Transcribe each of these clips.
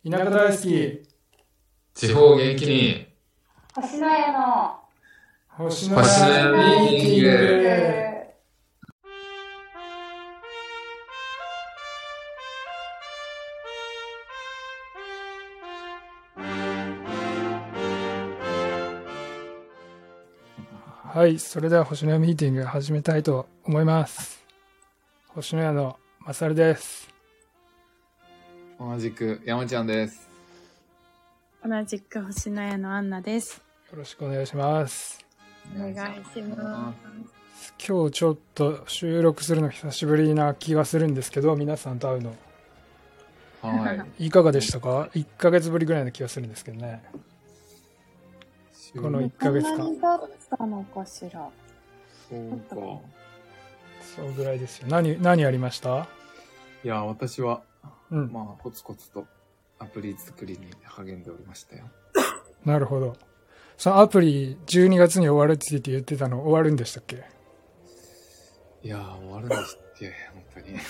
田舎大好き。 地方元気に。 星の家の星の家ミーティング。 はい、それでは星の家ミーティング始めたいと思います。星の家のまさるです。 同じく山ちゃんです。 同じく星の家のアンナです。 よろしくお願いします。 お願いします。 今日ちょっと収録するの久しぶりな気がするんですけど、皆さんと会うのいかがでしたか？1ヶ月ぶりぐらいの気がするんですけどね。この1ヶ月間。 そんなにだったのかしら。 そうか。 そうぐらいですよ。何ありました？ いや、私は、まあ、コツコツとアプリ作りに励んでおりましたよ。 なるほど。そのアプリ12月に終わるって言ってたの終わるんでしたっけ？ いやー、終わるんでしたっけ本当に。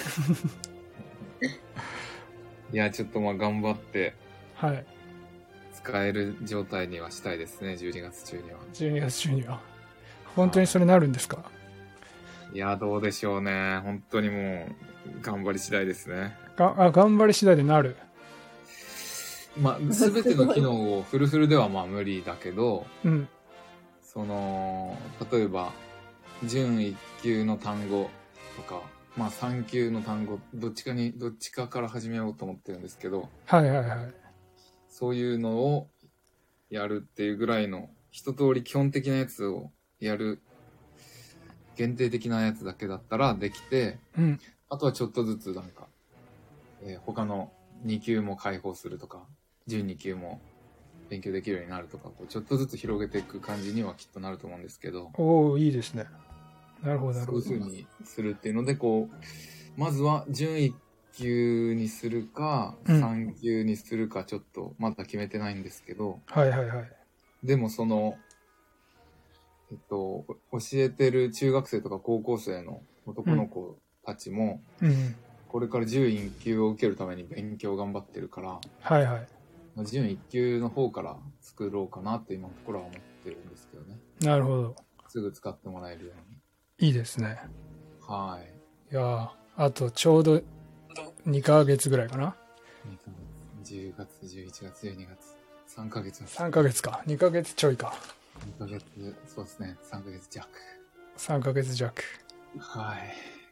いや、ちょっとまあ頑張って、 はい。 使える状態にはしたいですね、12月中には。 12月中には。本当にそれなるんですか？ いや、どうでしょうね。本当にもう、頑張り次第ですね。 頑張り次第でなる。 まあ、すべての機能をフルフルではまあ無理だけど、その、例えば、準1級の単語とか、まあ3級の単語、どっちかから始めようと思ってるんですけど、 はいはいはい。 そういうのをやるっていうぐらいの、一通り基本的なやつをやる、限定的なやつだけだったらできて、あとはちょっとずつなんか、他の2級も開放するとか、準2級も勉強できるようになるとか、こうちょっとずつ広げていく感じにはきっとなると思うんですけど。 おー、いいですね。なるほどなるほど。 そういう風にするっていうので、こう、まずは準1級にするか、3級にするか、ちょっとまだ決めてないんですけど、 はいはいはい。 でもその、教えてる中学生とか高校生の男の子たちも、これから準1級を受けるために勉強頑張ってるから、 はいはい。 準1級の方から作ろうかなって今のところは思ってるんですけどね。 なるほど。 すぐ使ってもらえるように。 いいですね。 はい。 いやあとちょうど2ヶ月ぐらいかな。 2ヶ月、10月、11月、12月、3ヶ月。 3ヶ月か。2ヶ月ちょいか。 2ヶ月、そうですね。3ヶ月弱。 3ヶ月弱。 はい。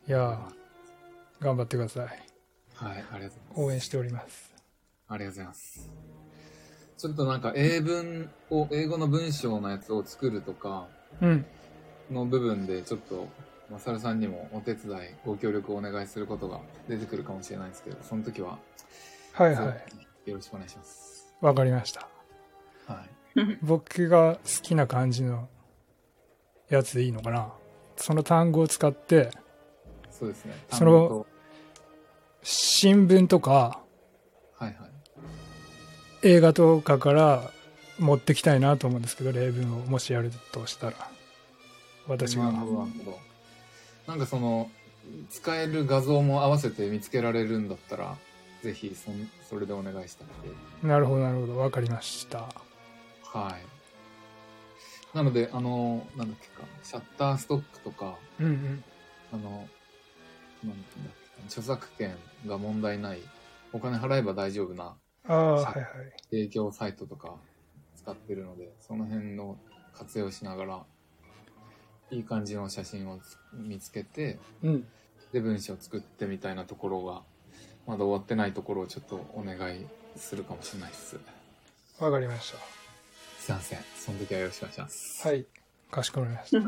いや頑張ってください。 はい、ありがとうございます。 応援しております。 ありがとうございます。ちょっとなんか英語の文章のやつを作るとか、の部分でちょっと、まさるさんにもお手伝い、ご協力をお願いすることが出てくるかもしれないんですけど、その時は、 はいはい。 よろしくお願いします。 わかりました。 はい。 僕が好きな感じのやつでいいのかな。その単語を使って、 そうですね。 その新聞とか、映画とかから持ってきたいなと思うんですけど、例文をもしやるとしたら、私が。 なんかその使える画像も合わせて見つけられるんだったら、ぜひそれでお願いしたくて。 なるほどなるほど、わかりました。 はい。なのでなんだっけか、シャッターストックとか、著作権が問題ない、お金払えば大丈夫な提供サイトとか使ってるので、その辺の活用しながらいい感じの写真を見つけて、で文章を作ってみたいなところがまだ終わってないところをちょっとお願いするかもしれないです。 わかりました。 すいません、その時はよろしくお願いします。 はい、かしこまりました。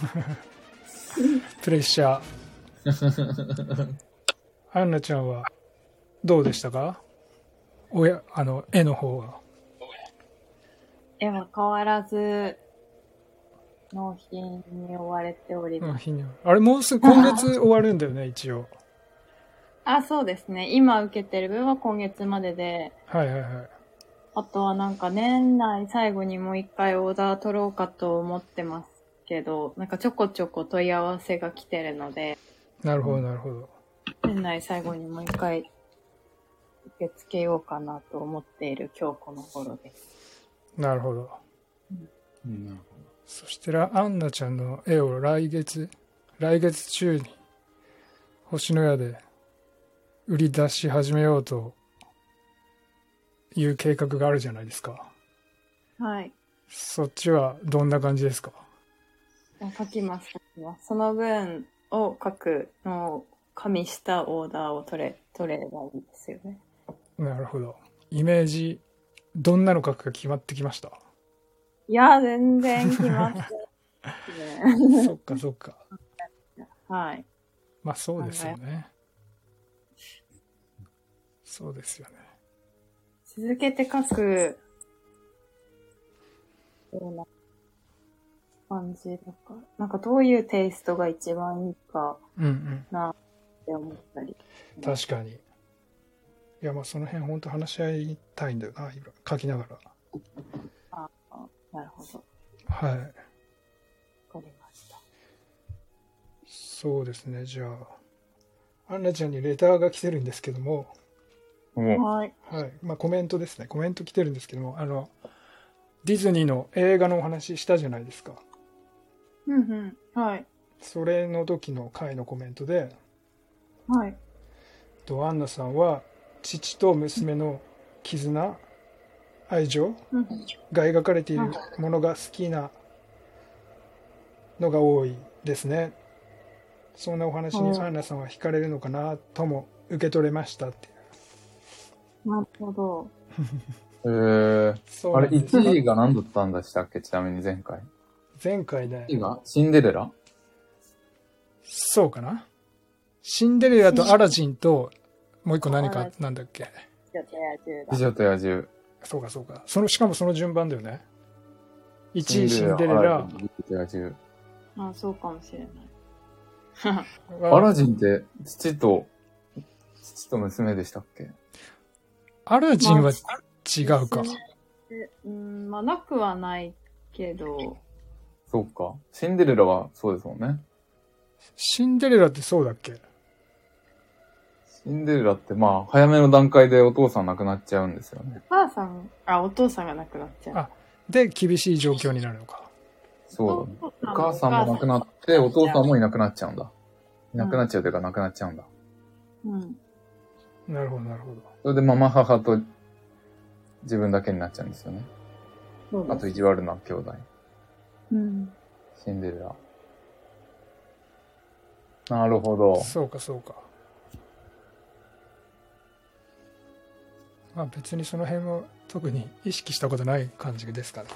プレッシャー。アンナちゃんはどうでしたか？絵の方は。 絵は変わらず納品に追われております。 あれもうすぐ今月終わるんだよね一応。 そうですね。今受けてる分は今月までで。 はいはいはい。 あとはなんか年内最後にもう一回オーダー取ろうかと思ってますけど、なんかちょこちょこ問い合わせが来てるので。 なるほどなるほど。 年内最後にもう一回受受け付けようかなと思っている今日この頃です。 なるほど。 うん、なるほど。 そしたらアンナちゃんの絵を来月中に星のやで売り出し始めようという計画があるじゃないですか。 はい。 そっちはどんな感じですか？ 書きます。その分を書くのを加味したオーダーを取ればいいですよね。 なるほど。イメージどんなの書くか決まってきました？ いや、全然決まってないそっかそっか。 はい。 まあそうですよね。そうですよね。 続けて書くような感じだから、なんかどういうテイストが一番いいかなって思ったり。 確かに。いや、まあその辺本当話し合いたいんだよな、書きながら。 なるほど。 はい。わかりました。 そうですね、じゃあ、アンナちゃんにレターが来てるんですけども、 はい。 はい。まあコメントですね。コメント来てるんですけども、ディズニーの映画のお話したじゃないですか。 はい。 それの時の回のコメントで、 はい。 アンナさんは父と娘の絆、愛情が描かれているものが好きなのが多いですね。そんなお話にアンナさんは惹かれるのかなとも受け取れましたっていう。 なるほど。 あれ1位が何だったんでしたっけ？ちなみに前回ね。 1位がシンデレラ？ そうかな。シンデレラとアラジンともう一個何かなんだっけ？ 美女と野獣。 そうか。しかもその順番だよね。1位シンデレラ。 あ、そうかもしれない。 アラジンって父と娘でしたっけ？ アラジンは違うか。 まあなくはないけど。 そうか。シンデレラはそうですもんね。 シンデレラってそうだっけ？ シンデレラってまあ早めの段階でお父さん亡くなっちゃうんですよね。 お父さんが亡くなっちゃう。 で厳しい状況になるのか。 そう。お母さんも亡くなってお父さんもいなくなっちゃうんだ。いなくなっちゃうというか亡くなっちゃうんだ。 なるほど。 それでママ母と自分だけになっちゃうんですよね。あと意地悪な兄弟。シンデレラ。なるほど。 そうか。まあ別にその辺も特に意識したことない感じですかね。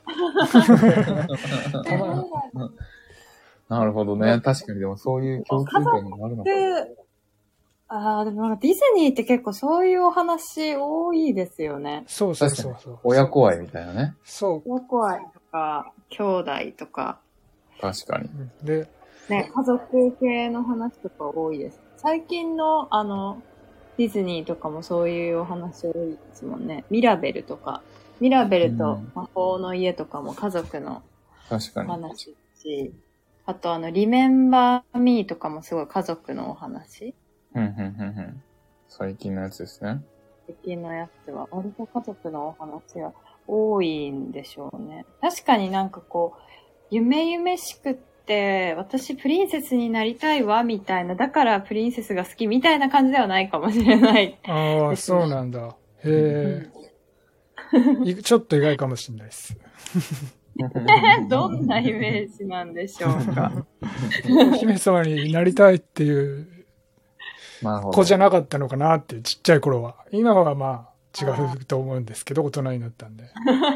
なるほどね。確かにでもそういう共通点もあるのかな。でもディズニーって結構そういうお話多いですよね。 そう。 親子愛みたいなね。 そう。 親子愛とか、兄弟とか。 確かに。 で、 ね、家族系の話とか多いです。最近のディズニーとかもそういうお話多いですもんね。ミラベルと魔法の家とかも家族の話し、あとリメンバーミーとかもすごい家族のお話。 最近のやつですね。 最近のやつは割と家族のお話が多いんでしょうね。確かになんかこう、夢々しくって私プリンセスになりたいわみたいな、だからプリンセスが好きみたいな感じではないかもしれない。 ああ、そうなんだ。へえ。ちょっと意外かもしれないです。 どんなイメージなんでしょうか。 お姫様になりたいっていう子じゃなかったのかなっていう、ちっちゃい頃は。今はまあ違うと思うんですけど、大人になったんで。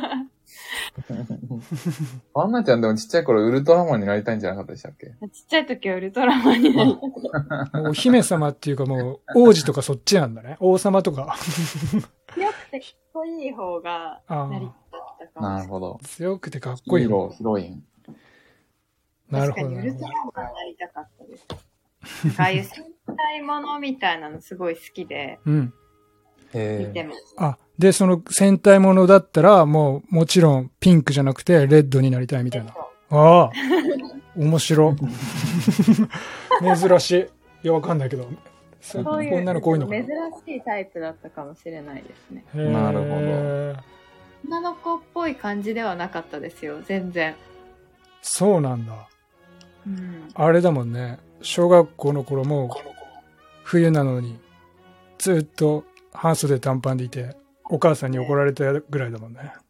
アンナちゃんでもちっちゃい頃ウルトラマンになりたいんじゃなかったでしたっけ？ ちっちゃい時はウルトラマンになりたい。 もうお姫様っていうかもう王子とかそっちなんだね。王様とか。 強くてかっこいい方がなりたかったかもしれない。 なるほど。 強くてかっこいい。 ヒロイン。 なるほど。 確かにウルトラマンになりたかったです。ああいう戦隊ものみたいなのすごい好きで。見てます。 で、その戦隊ものだったら、もちろんピンクじゃなくてレッドになりたいみたいな。面白。珍しい。いや、わかんないけど、 そういう女の子多いのかな。 珍しいタイプだったかもしれないですね。 なるほど。 女の子っぽい感じではなかったですよ、全然。 そうなんだ。 うん、 あれだもんね。小学校の頃も冬なのにずっと半袖短パンでいて、お母さんに怒られたぐらいだもんね。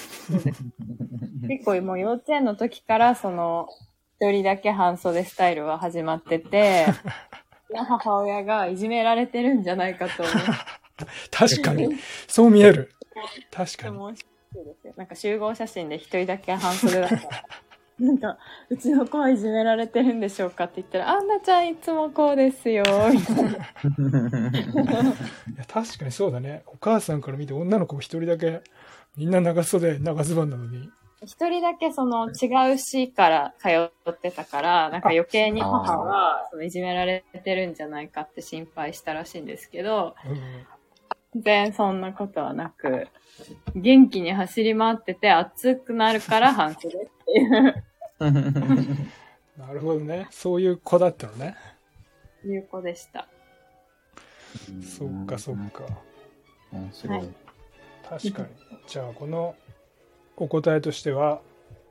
結構もう幼稚園の時から一人だけ半袖スタイルは始まってて、母親がいじめられてるんじゃないかと思う。 確かに。そう見える。確かに。 なんか集合写真で一人だけ半袖だったら、なんか、うちの子はいじめられてるんでしょうかって言ったら、アンナちゃんいつもこうですよ、みたいな。いや確かにそうだね。お母さんから見て女の子一人だけみんな長袖長ズボンなのに、 一人だけ違う市から通ってたから、なんか余計に母はいじめられてるんじゃないかって心配したらしいんですけど、全然そんなことはなく、元気に走り回ってて暑くなるから半袖っていう。 なるほどね。そういう子だったのね。 いう子でした。 そっかそっか。 面白い。はい、 確かに。じゃあこのお答えとしては、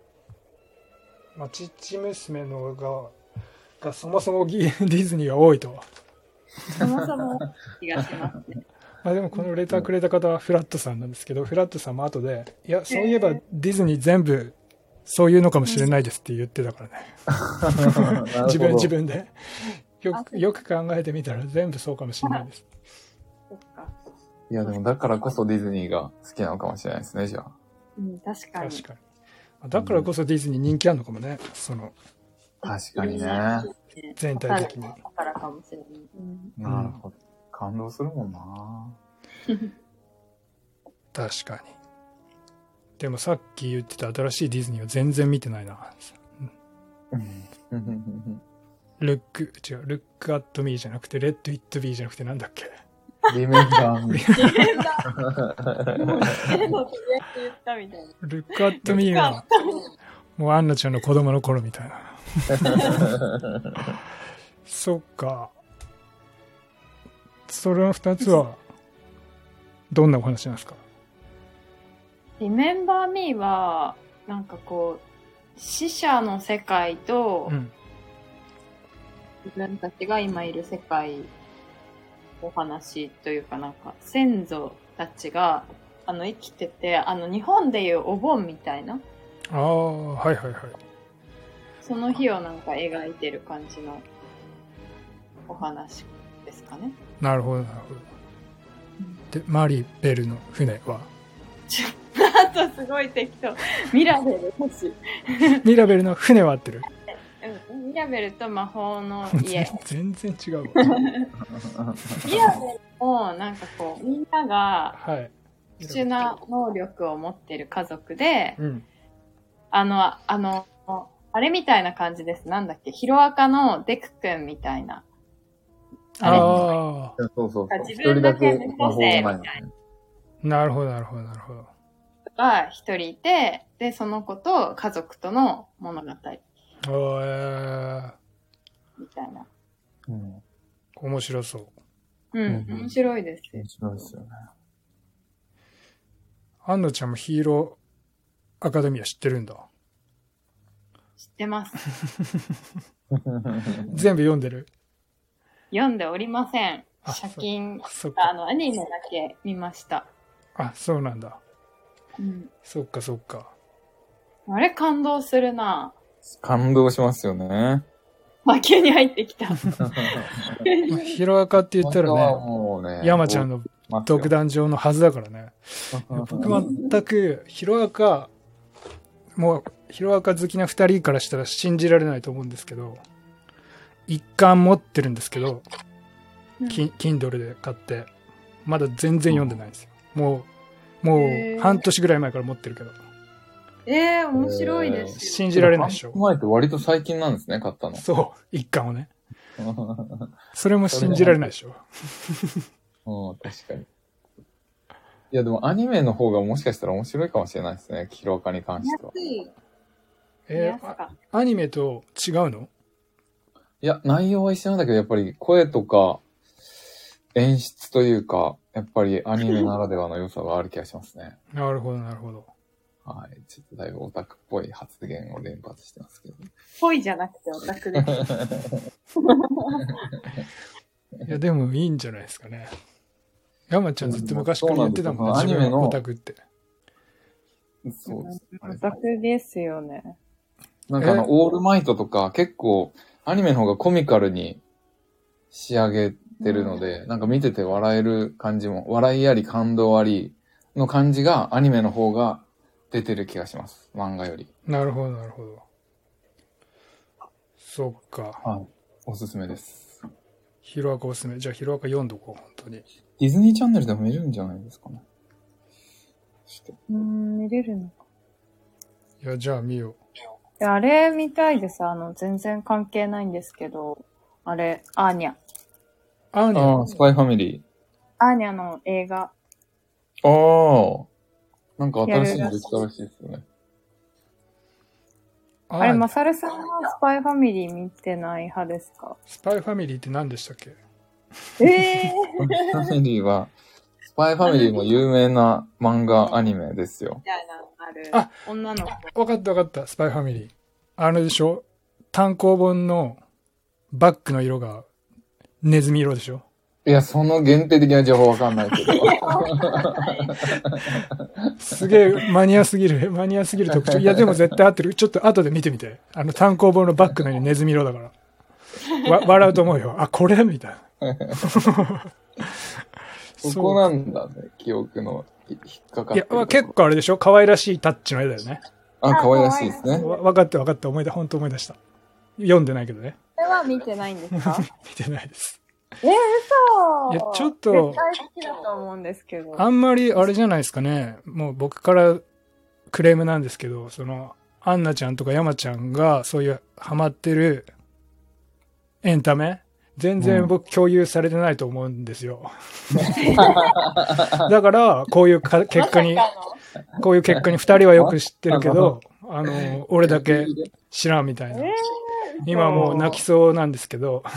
チッチ娘のがそもそもディズニーが多いと。 そもそも気がしますね。 でもこのレターくれた方はフラットさんなんですけど、フラットさんも後で、いや、そういえばディズニー全部そういうのかもしれないですって言ってたからね。自分で。よく考えてみたら全部そうかもしれないです。 いや、でもだからこそディズニーが好きなのかもしれないですね、じゃあ。 うん、確かに。 だからこそディズニー人気あるのかもね。 確かにね。 全体的に。 だからかもしれない。 なるほど。感動するもんな。 確かに。でもさっき言ってた新しいディズニーは全然見てないな。ルックアットミーじゃなくて、レッドイットビーじゃなくてなんだっけ。 リメンバーミー。 ルックアットミーは、もうアンナちゃんの子供の頃みたいな。そっか。それの2つは、どんなお話なんですか？ リメンバーミーは、なんかこう、死者の世界と、自分たちが今いる世界お話というか、なんか先祖たちが生きてて、日本でいうお盆みたいな、 はいはいはい、 その日をなんか描いてる感じのお話ですかね。 なるほどなるほど。でマリベルの船はあとすごい適当。ミラベルもしミラベルの船は合ってる？ ミラベルと魔法の家。 全然違うわ。 ミラベルもなんかこうみんなが特殊な能力を持ってる家族で、あれみたいな感じです。なんだっけ、ヒロアカのデク君みたいな。 そう自分だけ無個性みたいな。なるほどなるほどなるほど。 が一人いて、でその子と家族との物語。みたいな。 面白そう。 面白いです。 面白いですよね。 アンナちゃんもヒーローアカデミア知ってるんだ。 知ってます。 全部読んでる？ 読んでおりません。借金、アニメだけ見ました。 あ、そうなんだ。そっかそっか。 あれ感動するな。 感動しますよね。 急に入ってきた。 ヒロアカって言ったらね、山ちゃんの独壇場のはずだからね。僕全くヒロアカ好きな2人からしたら信じられないと思うんですけど、一巻持ってるんですけど、Kindle で買ってまだ全然読んでないんですよ。もう半年ぐらい前から持ってるけど。 面白いです。 信じられないでしょ。 前って割と最近なんですね、買ったの。 そう、一巻をね。それも信じられないでしょ。 確かに。いや、でもアニメの方がもしかしたら面白いかもしれないですね、ヒロアカに関しては。 アニメと違うの？ いや、内容は一緒なんだけど、やっぱり声とか、 演出というか、やっぱりアニメならではの良さがある気がしますね。 なるほど、なるほど。 はい。ちょっとだいぶオタクっぽい発言を連発してますけど。 ぽいじゃなくてオタクです。 いや、でもいいんじゃないですかね。山ちゃんずっと昔から言ってたもんね、 アニメのオタクって。 そうです。 オタクですよね。 なんかオールマイトとか結構アニメの方がコミカルに仕上げてるので、なんか見てて笑える感じも、笑いあり感動ありの感じがアニメの方が出てる気がします。漫画より。 なるほど、なるほど。そっか。 はい。おすすめです。 ヒロアカおすすめ。じゃあヒロアカ読んどこう、本当に。 ディズニーチャンネルでも見れるんじゃないですかね。 見れるのか。 いや、じゃあ見よう。 いや、あれ見たいです。全然関係ないんですけど、あれ、アーニャ。 アーニャ。 スパイファミリー。 アーニャの映画。 なんか新しいのできたらしいですよね。 あれ、マサルさんはスパイファミリー見てない派ですか？ スパイファミリーって何でしたっけ？ スパイファミリーは、スパイファミリーも有名な漫画アニメですよ。 あ、 女の子。わかったわかった、スパイファミリー。あれでしょ？単行本のバッグの色がネズミ色でしょ？ いや、その限定的な情報わかんないけど。 すげえマニアすぎる特徴。いや、でも絶対合ってる。ちょっと後で見てみて。単行本のバッグの色ネズミ色だから。笑うと思うよ。あ、これみたいな。 そこなんだね、記憶の引っかかってる。 いや、結構あれでしょ？可愛らしいタッチの絵だよね。 あ、可愛らしいですね。 分かった。本当思い出した。読んでないけどね。 これは見てないんですか？ 見てないです。 嘘。 いや、ちょっと、 絶対好きだと思うんですけど。 あんまりあれじゃないですかね。もう僕からクレームなんですけど、アンナちゃんとか山ちゃんがそういうハマってるエンタメ、全然僕共有されてないと思うんですよ。だから、こういう結果に2人はよく知ってるけど、俺だけ知らんみたいな。今もう泣きそうなんですけど。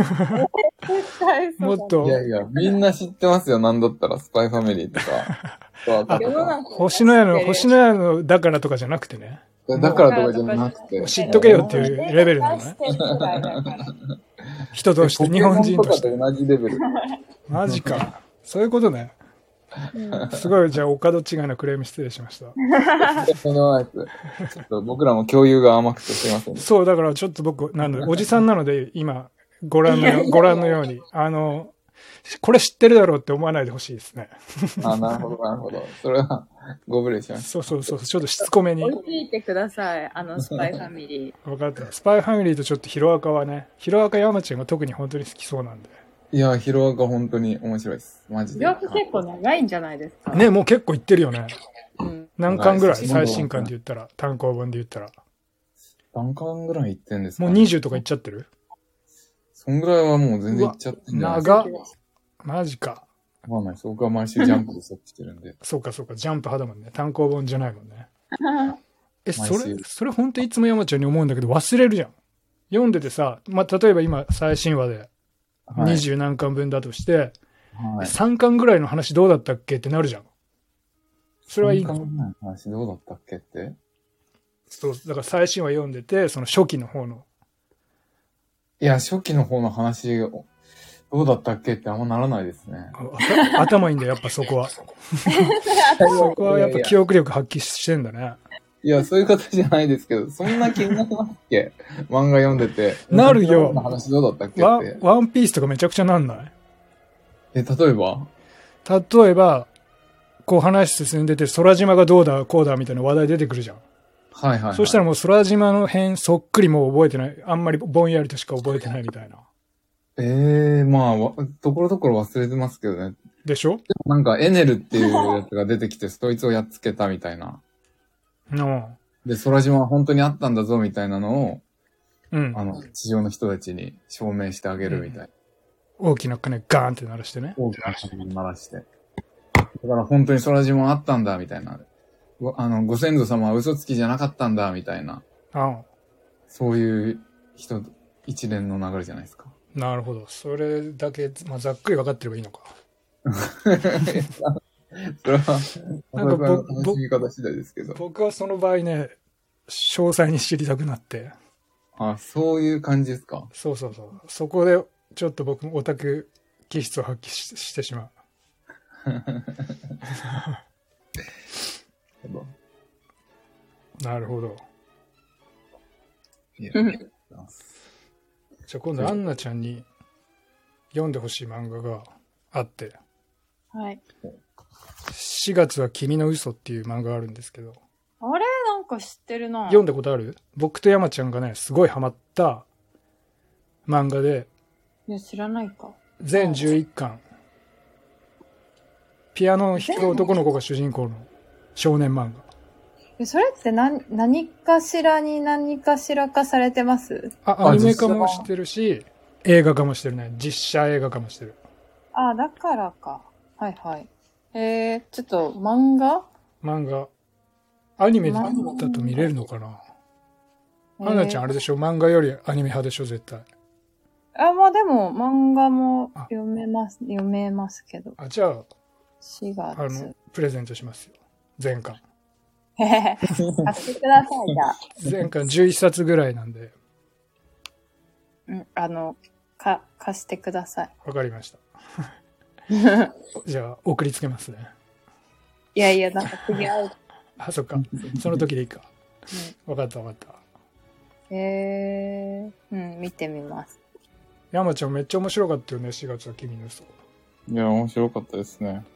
もっと。 いやいや、みんな知ってますよ。なんだったら、スパイファミリーとか。 星のやのだからとかじゃなくてね。 だからとかじゃなくて。 知っとけよっていうレベルなのね。人として、日本人として。 同じレベル。 マジか。そういうことね。すごい、じゃあ、お門違いのクレーム失礼しました。 そのやつ。ちょっと僕らも共有が甘くてすいません。 そう、だからちょっと僕、おじさんなので、今、ご覧のように、これ知ってるだろうって思わないでほしいですね。 なるほど、なるほど。それは、ご無礼しました。 そう、ちょっとしつこめに。 置いてください、スパイファミリー。 分かった。スパイファミリーとちょっとヒロアカはね、ヒロアカ山ちゃんが特に本当に好きそうなんで。 いや、ヒロアカ本当に面白いです。マジで。 ヒロアカ結構長いんじゃないですかね、もう結構いってるよね。何巻ぐらい？最新巻で言ったら、単行本で言ったら。 何巻ぐらいいってんですか？ もう20とかいっちゃってる？ そんぐらいはもう全然いっちゃってんじゃないですか。 長っ。マジか。 わかんないです。僕は毎週ジャンプで設置してるんで。 そうか、ジャンプ派だもんね。単行本じゃないもんね。それ本当いつも山ちゃんに思うんだけど忘れるじゃん。読んでてさ、例えば今最新話で20何巻分だとして、3巻ぐらいの話どうだったっけってなるじゃん。それはいいの？3 巻ぐらいの話どうだったっけって？ そう、だから最新話読んでて、その初期の方の。 いや、初期の方の話どうだったっけってあんまならないですね。 頭いいんだよ、やっぱそこは。そこはやっぱ記憶力発揮してんだね。 いや、そういうことじゃないですけど、そんな気になりますっけ？漫画読んでて。 なるよ。 話どうだったっけって。 ワンピースとかめちゃくちゃなんない？ 例えば、こう話進んでて、空島がどうだこうだみたいな話題出てくるじゃん。 はいはい。 そしたらもう空島の辺そっくりもう覚えてない。あんまりぼんやりとしか覚えてないみたいな。 まあ、ところどころ忘れてますけどね。 でしょ？ なんかエネルっていうやつが出てきて、そいつをやっつけたみたいな。で、空島は本当にあったんだぞみたいなのを、地上の人たちに証明してあげるみたいな。 大きな鐘ガーンって鳴らしてね。 大きな鐘鳴らして。だから本当に空島あったんだみたいな。ご先祖様は嘘つきじゃなかったんだみたいな。そういう一連の流れじゃないですか。 なるほど。それだけ、まあ、ざっくり分かってればいいのか。 それは、なんか楽しみ方次第ですけど。 僕はその場合ね、詳細に知りたくなって。 あ、そういう感じですか。 そうそうそう。そこで、ちょっと僕もオタク気質を発揮してしまう。なるほど。 いや、 じゃあ今度アンナちゃんに読んでほしい漫画があって、 はい。 4月は君の嘘っていう漫画があるんですけど、 あれなんか知ってるな。 読んだことある？僕と山ちゃんがね、すごいハマった漫画で、 いや、知らないか。 全11巻。ピアノを弾く男の子が主人公の少年漫画。 それって何かしらに何かしらかされてます？ アニメ化もしてるし、映画化もしてるね。実写映画化もしてる。 あ、だからか。はいはい。ちょっと漫画アニメだと見れるのかな？アンナちゃんあれでしょ？漫画よりアニメ派でしょ絶対。 まあでも漫画も読めますけど。 じゃあ、 4月。 プレゼントしますよ。全巻。 へへへ。貸してください、じゃあ。 全巻11冊ぐらいなんで。 貸してください。 わかりました。じゃあ、送りつけますね。 いやいや、なんか次会う。 そっか。その時でいいか。わかった。 見てみます。 山ちゃんめっちゃ面白かったよね、4月は君の嘘。 いや、面白かったですね。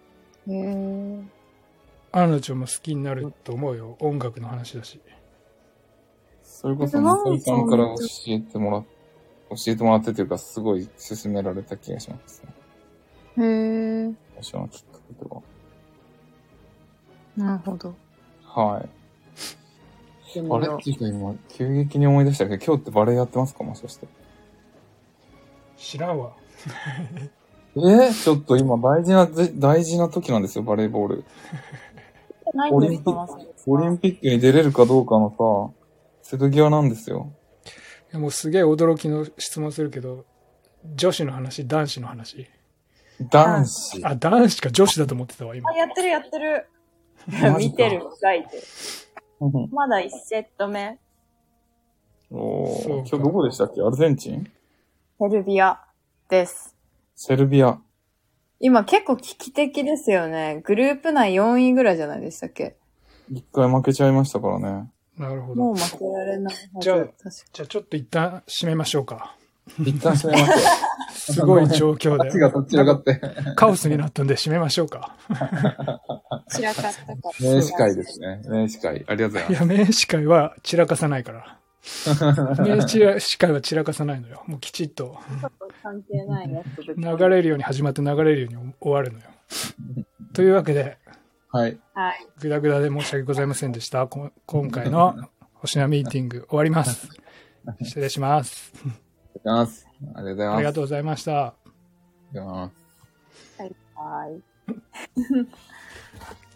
アンナちゃんも好きになると思うよ。音楽の話だし。 それこそ、まさりさんから教えてもらってというか、すごい勧められた気がしますね。私のきっかけでは。 なるほど。 はい。あれっていうか今、急激に思い出したけど、今日ってバレエやってますかもしかして。 知らんわ。 ちょっと今大事な時なんですよ、バレーボール。オリンピックに出れるかどうかのさ、瀬戸際なんですよ。 いやもうすげえ驚きの質問するけど、女子の話、男子の話。 男子。 男子か女子だと思ってたわ、今。 やってる。見てる、書いて。まだ1セット目。 今日どこでしたっけ？アルゼンチン？ セルビアです。 セルビア。 今結構危機的ですよね。グループ内4位ぐらいじゃないでしたっけ？1 回負けちゃいましたからね。 なるほど。 もう負けられないはず。 じゃあちょっと一旦締めましょうか。 一旦締めましょう。 すごい状況で。 足がどちらかって。 カオスになったんで締めましょうか。 散らかったか。 名刺会ですね。名刺会。ありがとうございます。 いや、名刺会は散らかさないから。名刺会は散らかさないのよ。もうきちっと。 関係ないやつ。 流れるように始まって流れるように終わるのよ。というわけで、 はい。 グダグダで申し訳ございませんでした。今回の星名ミーティング終わります。失礼します。 ありがとうございます。 ありがとうございました。 ありがとうございます。 はい。